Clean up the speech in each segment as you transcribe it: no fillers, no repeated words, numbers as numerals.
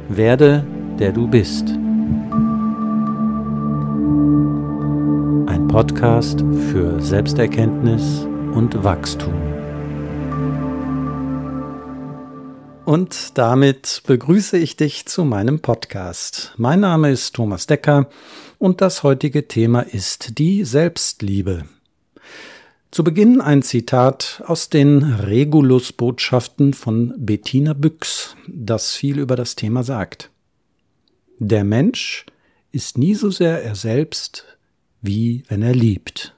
Werde, der du bist. Ein Podcast für Selbsterkenntnis und Wachstum. Und damit begrüße ich dich zu meinem Podcast. Mein Name ist Thomas Decker und das heutige Thema ist die Selbstliebe. Zu Beginn ein Zitat aus den Regulus-Botschaften von Bettina Büchs, das viel über das Thema sagt. Der Mensch ist nie so sehr er selbst, wie wenn er liebt.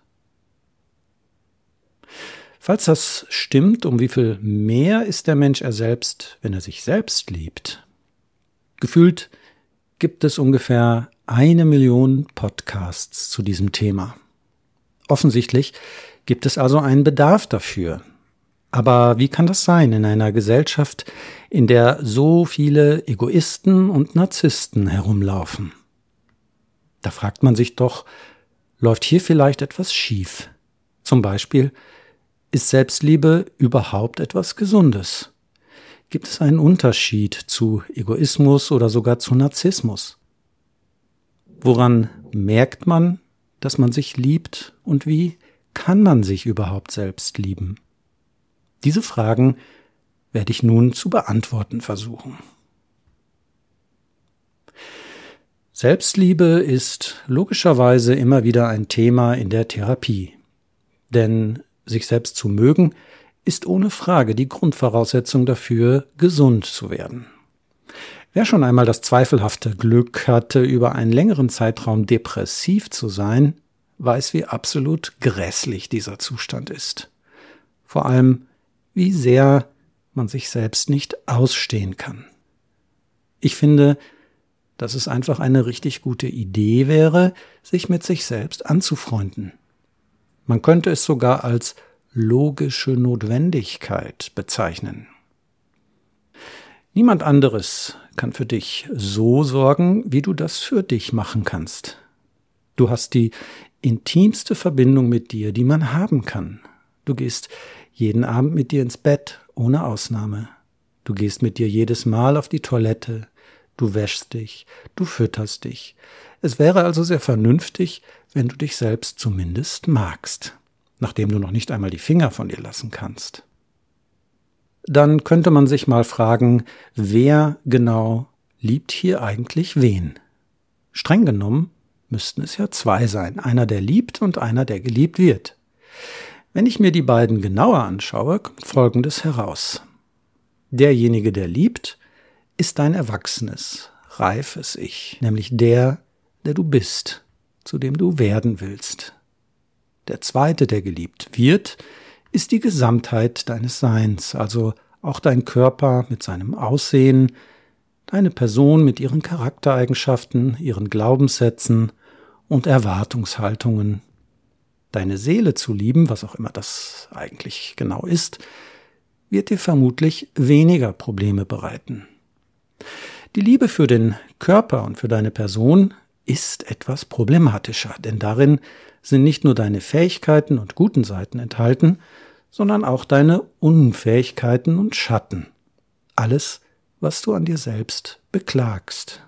Falls das stimmt, um wie viel mehr ist der Mensch er selbst, wenn er sich selbst liebt? Gefühlt gibt es ungefähr 1 Million Podcasts zu diesem Thema. Offensichtlich gibt es also einen Bedarf dafür. Aber wie kann das sein in einer Gesellschaft, in der so viele Egoisten und Narzissten herumlaufen? Da fragt man sich doch, läuft hier vielleicht etwas schief? Zum Beispiel, ist Selbstliebe überhaupt etwas Gesundes? Gibt es einen Unterschied zu Egoismus oder sogar zu Narzissmus? Woran merkt man, dass man sich liebt und wie kann man sich überhaupt selbst lieben? Diese Fragen werde ich nun zu beantworten versuchen. Selbstliebe ist logischerweise immer wieder ein Thema in der Therapie. Denn sich selbst zu mögen, ist ohne Frage die Grundvoraussetzung dafür, gesund zu werden. Wer schon einmal das zweifelhafte Glück hatte, über einen längeren Zeitraum depressiv zu sein, weiß, wie absolut grässlich dieser Zustand ist. Vor allem, wie sehr man sich selbst nicht ausstehen kann. Ich finde, dass es einfach eine richtig gute Idee wäre, sich mit sich selbst anzufreunden. Man könnte es sogar als logische Notwendigkeit bezeichnen. Niemand anderes kann für dich so sorgen, wie du das für dich machen kannst. Du hast die intimste Verbindung mit dir, die man haben kann. Du gehst jeden Abend mit dir ins Bett, ohne Ausnahme. Du gehst mit dir jedes Mal auf die Toilette. Du wäschst dich, du fütterst dich. Es wäre also sehr vernünftig, wenn du dich selbst zumindest magst, nachdem du noch nicht einmal die Finger von dir lassen kannst. Dann könnte man sich mal fragen, wer genau liebt hier eigentlich wen? Streng genommen müssten es ja 2 sein, einer, der liebt und einer, der geliebt wird. Wenn ich mir die beiden genauer anschaue, kommt Folgendes heraus. Derjenige, der liebt, ist dein erwachsenes, reifes Ich, nämlich der du bist, zu dem du werden willst. Der zweite, der geliebt wird, ist die Gesamtheit deines Seins, also auch dein Körper mit seinem Aussehen, deine Person mit ihren Charaktereigenschaften, ihren Glaubenssätzen und Erwartungshaltungen. Deine Seele zu lieben, was auch immer das eigentlich genau ist, wird dir vermutlich weniger Probleme bereiten. Die Liebe für den Körper und für deine Person ist etwas problematischer, denn darin sind nicht nur deine Fähigkeiten und guten Seiten enthalten, sondern auch deine Unfähigkeiten und Schatten. Alles, was du an dir selbst beklagst.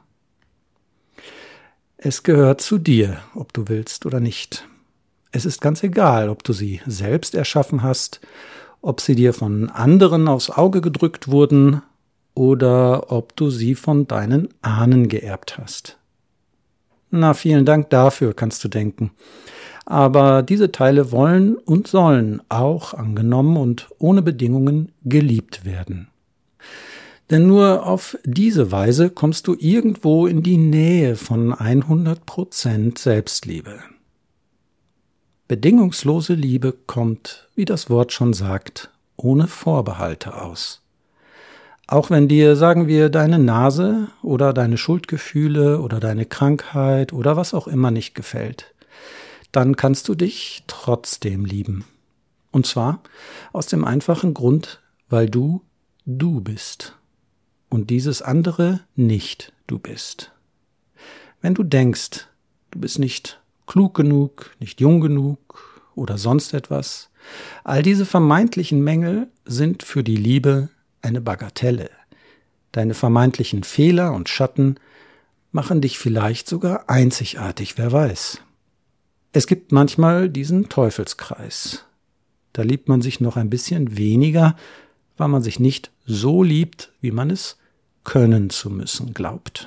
Es gehört zu dir, ob du willst oder nicht. Es ist ganz egal, ob du sie selbst erschaffen hast, ob sie dir von anderen aufs Auge gedrückt wurden oder ob du sie von deinen Ahnen geerbt hast. Na, vielen Dank dafür, kannst du denken. Aber diese Teile wollen und sollen auch angenommen und ohne Bedingungen geliebt werden. Denn nur auf diese Weise kommst du irgendwo in die Nähe von 100% Selbstliebe. Bedingungslose Liebe kommt, wie das Wort schon sagt, ohne Vorbehalte aus. Auch wenn dir, sagen wir, deine Nase oder deine Schuldgefühle oder deine Krankheit oder was auch immer nicht gefällt, dann kannst du dich trotzdem lieben. Und zwar aus dem einfachen Grund, weil du bist und dieses andere nicht du bist. Wenn du denkst, du bist nicht klug genug, nicht jung genug oder sonst etwas, all diese vermeintlichen Mängel sind für die Liebe eine Bagatelle. Deine vermeintlichen Fehler und Schatten machen dich vielleicht sogar einzigartig, wer weiß. Es gibt manchmal diesen Teufelskreis. Da liebt man sich noch ein bisschen weniger, weil man sich nicht so liebt, wie man es können zu müssen glaubt.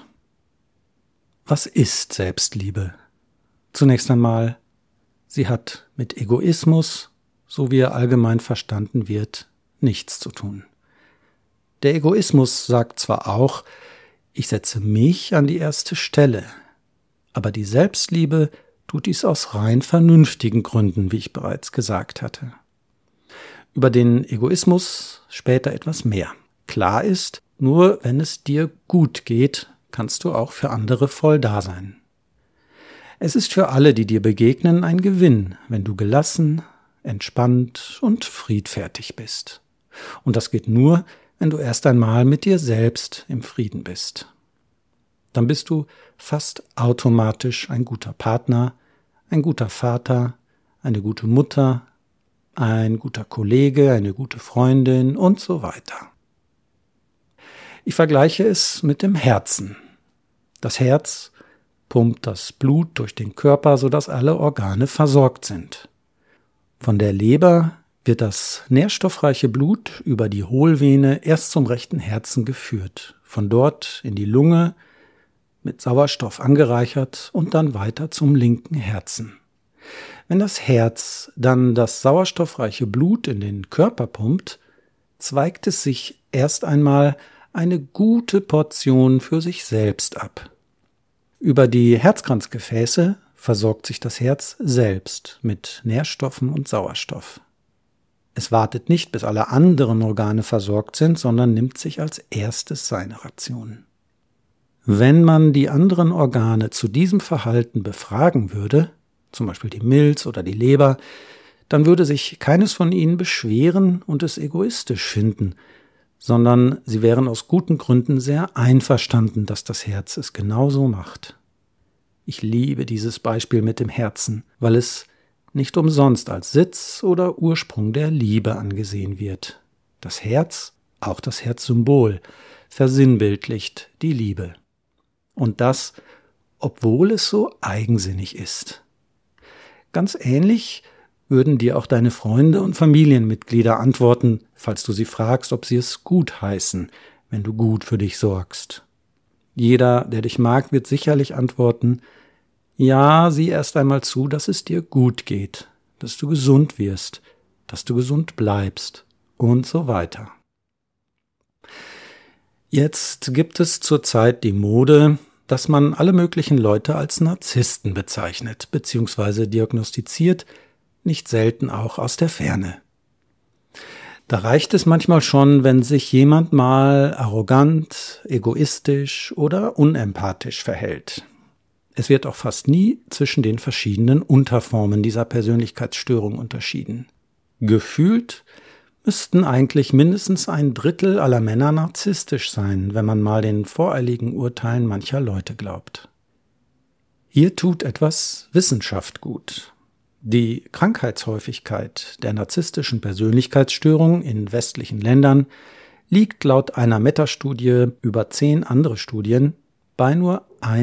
Was ist Selbstliebe? Zunächst einmal, sie hat mit Egoismus, so wie er allgemein verstanden wird, nichts zu tun. Der Egoismus sagt zwar auch, ich setze mich an die erste Stelle, aber die Selbstliebe tut dies aus rein vernünftigen Gründen, wie ich bereits gesagt hatte. Über den Egoismus später etwas mehr. Klar ist, nur wenn es dir gut geht, kannst du auch für andere voll da sein. Es ist für alle, die dir begegnen, ein Gewinn, wenn du gelassen, entspannt und friedfertig bist. Und das geht nur, wenn du erst einmal mit dir selbst im Frieden bist. Dann bist du fast automatisch ein guter Partner, ein guter Vater, eine gute Mutter, ein guter Kollege, eine gute Freundin und so weiter. Ich vergleiche es mit dem Herzen. Das Herz pumpt das Blut durch den Körper, sodass alle Organe versorgt sind. Von der Leber wird das nährstoffreiche Blut über die Hohlvene erst zum rechten Herzen geführt, von dort in die Lunge, mit Sauerstoff angereichert und dann weiter zum linken Herzen. Wenn das Herz dann das sauerstoffreiche Blut in den Körper pumpt, zweigt es sich erst einmal eine gute Portion für sich selbst ab. Über die Herzkranzgefäße versorgt sich das Herz selbst mit Nährstoffen und Sauerstoff. Es wartet nicht, bis alle anderen Organe versorgt sind, sondern nimmt sich als erstes seine Ration. Wenn man die anderen Organe zu diesem Verhalten befragen würde, zum Beispiel die Milz oder die Leber, dann würde sich keines von ihnen beschweren und es egoistisch finden, sondern sie wären aus guten Gründen sehr einverstanden, dass das Herz es genauso macht. Ich liebe dieses Beispiel mit dem Herzen, weil es nicht umsonst als Sitz oder Ursprung der Liebe angesehen wird. Das Herz, auch das Herzsymbol, versinnbildlicht die Liebe. Und das, obwohl es so eigensinnig ist. Ganz ähnlich würden dir auch deine Freunde und Familienmitglieder antworten, falls du sie fragst, ob sie es gut heißen, wenn du gut für dich sorgst. Jeder, der dich mag, wird sicherlich antworten, ja, sieh erst einmal zu, dass es dir gut geht, dass du gesund wirst, dass du gesund bleibst und so weiter. Jetzt gibt es zurzeit die Mode, dass man alle möglichen Leute als Narzissten bezeichnet bzw. diagnostiziert, nicht selten auch aus der Ferne. Da reicht es manchmal schon, wenn sich jemand mal arrogant, egoistisch oder unempathisch verhält. Es wird auch fast nie zwischen den verschiedenen Unterformen dieser Persönlichkeitsstörung unterschieden. Gefühlt müssten eigentlich mindestens 1/3 aller Männer narzisstisch sein, wenn man mal den voreiligen Urteilen mancher Leute glaubt. Hier tut etwas Wissenschaft gut. Die Krankheitshäufigkeit der narzisstischen Persönlichkeitsstörung in westlichen Ländern liegt laut einer Metastudie über 10 andere Studien bei nur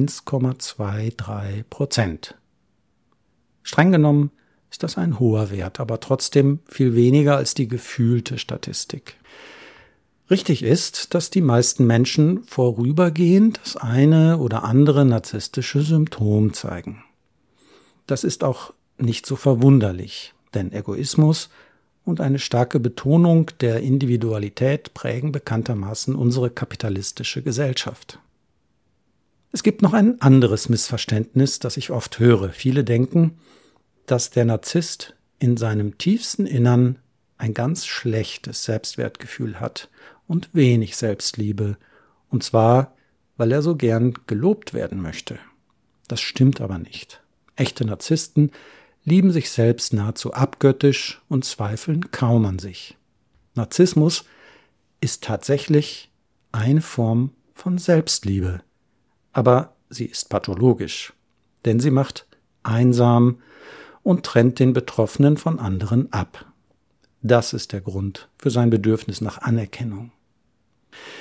1,23%. Streng genommen ist das ein hoher Wert, aber trotzdem viel weniger als die gefühlte Statistik. Richtig ist, dass die meisten Menschen vorübergehend das eine oder andere narzisstische Symptom zeigen. Das ist auch nicht so verwunderlich, denn Egoismus und eine starke Betonung der Individualität prägen bekanntermaßen unsere kapitalistische Gesellschaft. Es gibt noch ein anderes Missverständnis, das ich oft höre. Viele denken, dass der Narzisst in seinem tiefsten Innern ein ganz schlechtes Selbstwertgefühl hat und wenig Selbstliebe, und zwar, weil er so gern gelobt werden möchte. Das stimmt aber nicht. Echte Narzissten lieben sich selbst nahezu abgöttisch und zweifeln kaum an sich. Narzissmus ist tatsächlich eine Form von Selbstliebe, aber sie ist pathologisch, denn sie macht einsam und trennt den Betroffenen von anderen ab. Das ist der Grund für sein Bedürfnis nach Anerkennung.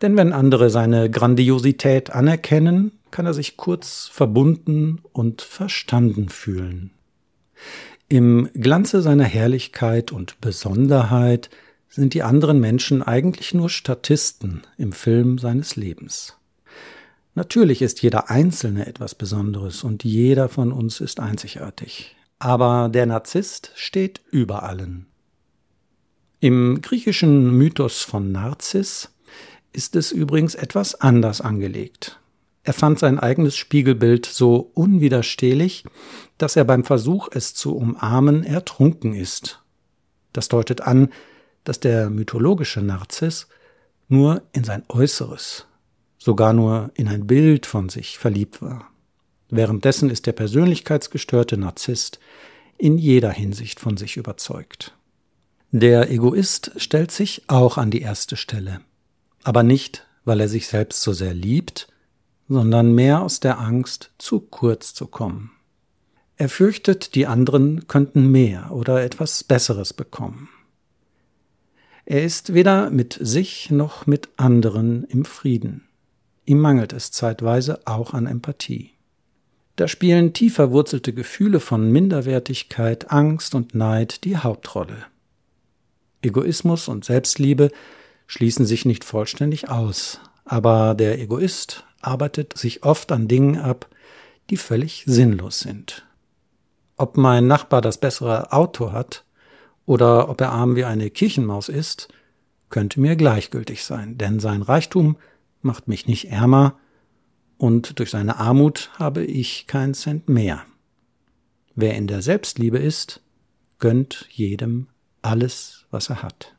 Denn wenn andere seine Grandiosität anerkennen, kann er sich kurz verbunden und verstanden fühlen. Im Glanze seiner Herrlichkeit und Besonderheit sind die anderen Menschen eigentlich nur Statisten im Film seines Lebens. Natürlich ist jeder Einzelne etwas Besonderes und jeder von uns ist einzigartig. Aber der Narzisst steht über allen. Im griechischen Mythos von Narzis ist es übrigens etwas anders angelegt. Er fand sein eigenes Spiegelbild so unwiderstehlich, dass er beim Versuch, es zu umarmen, ertrunken ist. Das deutet an, dass der mythologische Narzis nur in sein Äußeres, sogar nur in ein Bild von sich verliebt war. Währenddessen ist der persönlichkeitsgestörte Narzisst in jeder Hinsicht von sich überzeugt. Der Egoist stellt sich auch an die erste Stelle, aber nicht, weil er sich selbst so sehr liebt, sondern mehr aus der Angst, zu kurz zu kommen. Er fürchtet, die anderen könnten mehr oder etwas Besseres bekommen. Er ist weder mit sich noch mit anderen im Frieden. Ihm mangelt es zeitweise auch an Empathie. Da spielen tief verwurzelte Gefühle von Minderwertigkeit, Angst und Neid die Hauptrolle. Egoismus und Selbstliebe schließen sich nicht vollständig aus, aber der Egoist arbeitet sich oft an Dingen ab, die völlig sinnlos sind. Ob mein Nachbar das bessere Auto hat oder ob er arm wie eine Kirchenmaus ist, könnte mir gleichgültig sein, denn sein Reichtum macht mich nicht ärmer und durch seine Armut habe ich keinen Cent mehr. Wer in der Selbstliebe ist, gönnt jedem alles, was er hat.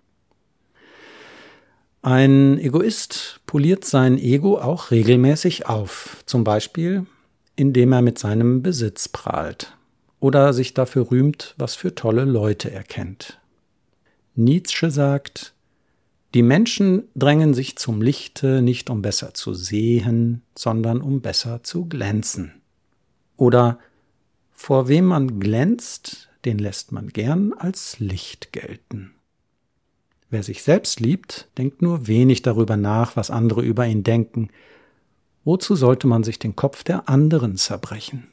Ein Egoist poliert sein Ego auch regelmäßig auf, zum Beispiel, indem er mit seinem Besitz prahlt oder sich dafür rühmt, was für tolle Leute er kennt. Nietzsche sagt: Die Menschen drängen sich zum Lichte nicht, um besser zu sehen, sondern um besser zu glänzen. Oder: Vor wem man glänzt, den lässt man gern als Licht gelten. Wer sich selbst liebt, denkt nur wenig darüber nach, was andere über ihn denken. Wozu sollte man sich den Kopf der anderen zerbrechen?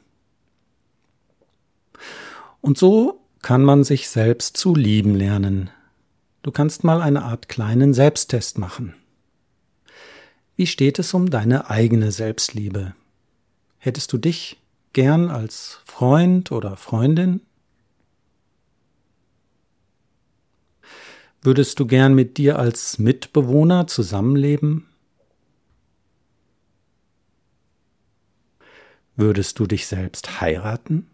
Und so kann man sich selbst zu lieben lernen. Du kannst mal eine Art kleinen Selbsttest machen. Wie steht es um deine eigene Selbstliebe? Hättest du dich gern als Freund oder Freundin? Würdest du gern mit dir als Mitbewohner zusammenleben? Würdest du dich selbst heiraten?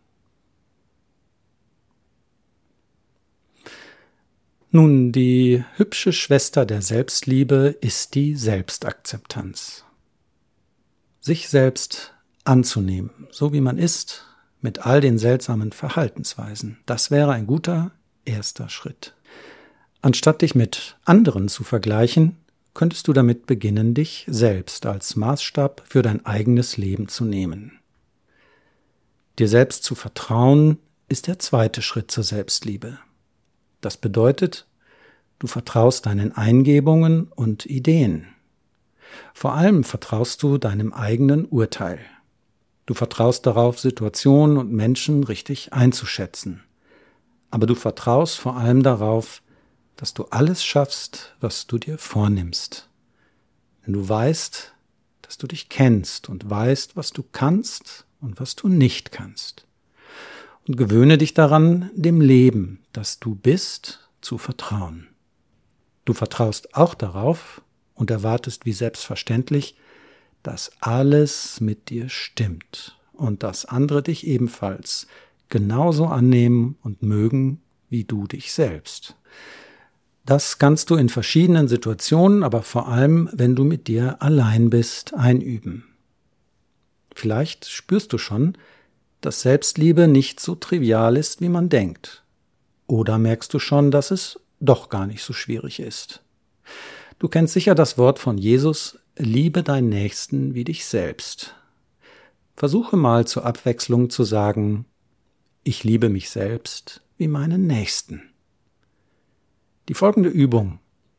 Nun, die hübsche Schwester der Selbstliebe ist die Selbstakzeptanz. Sich selbst anzunehmen, so wie man ist, mit all den seltsamen Verhaltensweisen, das wäre ein guter erster Schritt. Anstatt dich mit anderen zu vergleichen, könntest du damit beginnen, dich selbst als Maßstab für dein eigenes Leben zu nehmen. Dir selbst zu vertrauen, ist der zweite Schritt zur Selbstliebe. Das bedeutet, du vertraust deinen Eingebungen und Ideen. Vor allem vertraust du deinem eigenen Urteil. Du vertraust darauf, Situationen und Menschen richtig einzuschätzen. Aber du vertraust vor allem darauf, dass du alles schaffst, was du dir vornimmst. Denn du weißt, dass du dich kennst und weißt, was du kannst und was du nicht kannst. Und gewöhne dich daran, dem Leben, das du bist, zu vertrauen. Du vertraust auch darauf und erwartest wie selbstverständlich, dass alles mit dir stimmt und dass andere dich ebenfalls genauso annehmen und mögen wie du dich selbst. Das kannst du in verschiedenen Situationen, aber vor allem, wenn du mit dir allein bist, einüben. Vielleicht spürst du schon, dass Selbstliebe nicht so trivial ist, wie man denkt. Oder merkst du schon, dass es doch gar nicht so schwierig ist. Du kennst sicher das Wort von Jesus: Liebe deinen Nächsten wie dich selbst. Versuche mal zur Abwechslung zu sagen: Ich liebe mich selbst wie meinen Nächsten. Die folgende Übung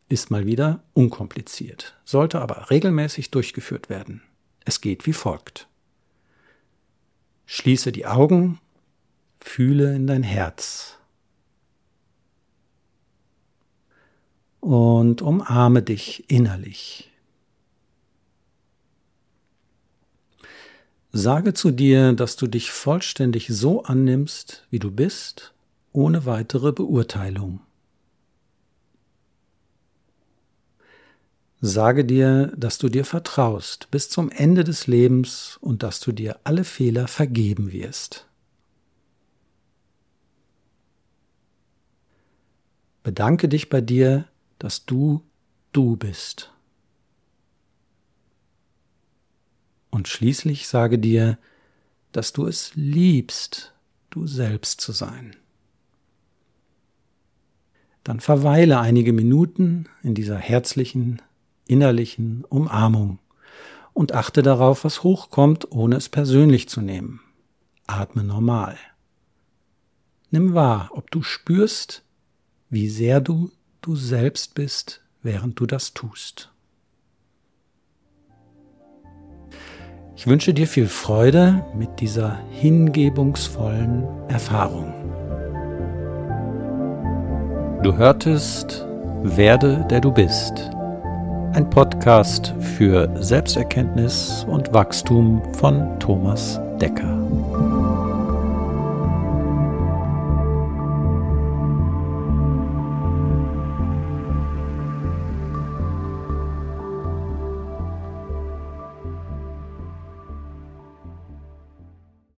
ist mal wieder unkompliziert, sollte aber regelmäßig durchgeführt werden. Es geht wie folgt. Schließe die Augen, fühle in dein Herz und umarme dich innerlich. Sage zu dir, dass du dich vollständig so annimmst, wie du bist, ohne weitere Beurteilung. Sage dir, dass du dir vertraust bis zum Ende des Lebens und dass du dir alle Fehler vergeben wirst. Bedanke dich bei dir, dass du bist. Und schließlich sage dir, dass du es liebst, du selbst zu sein. Dann verweile einige Minuten in dieser herzlichen, innerlichen Umarmung und achte darauf, was hochkommt, ohne es persönlich zu nehmen. Atme normal. Nimm wahr, ob du spürst, wie sehr du selbst bist, während du das tust. Ich wünsche dir viel Freude mit dieser hingebungsvollen Erfahrung. Du hörtest Werde, der du bist. Ein Podcast für Selbsterkenntnis und Wachstum von Thomas Decker.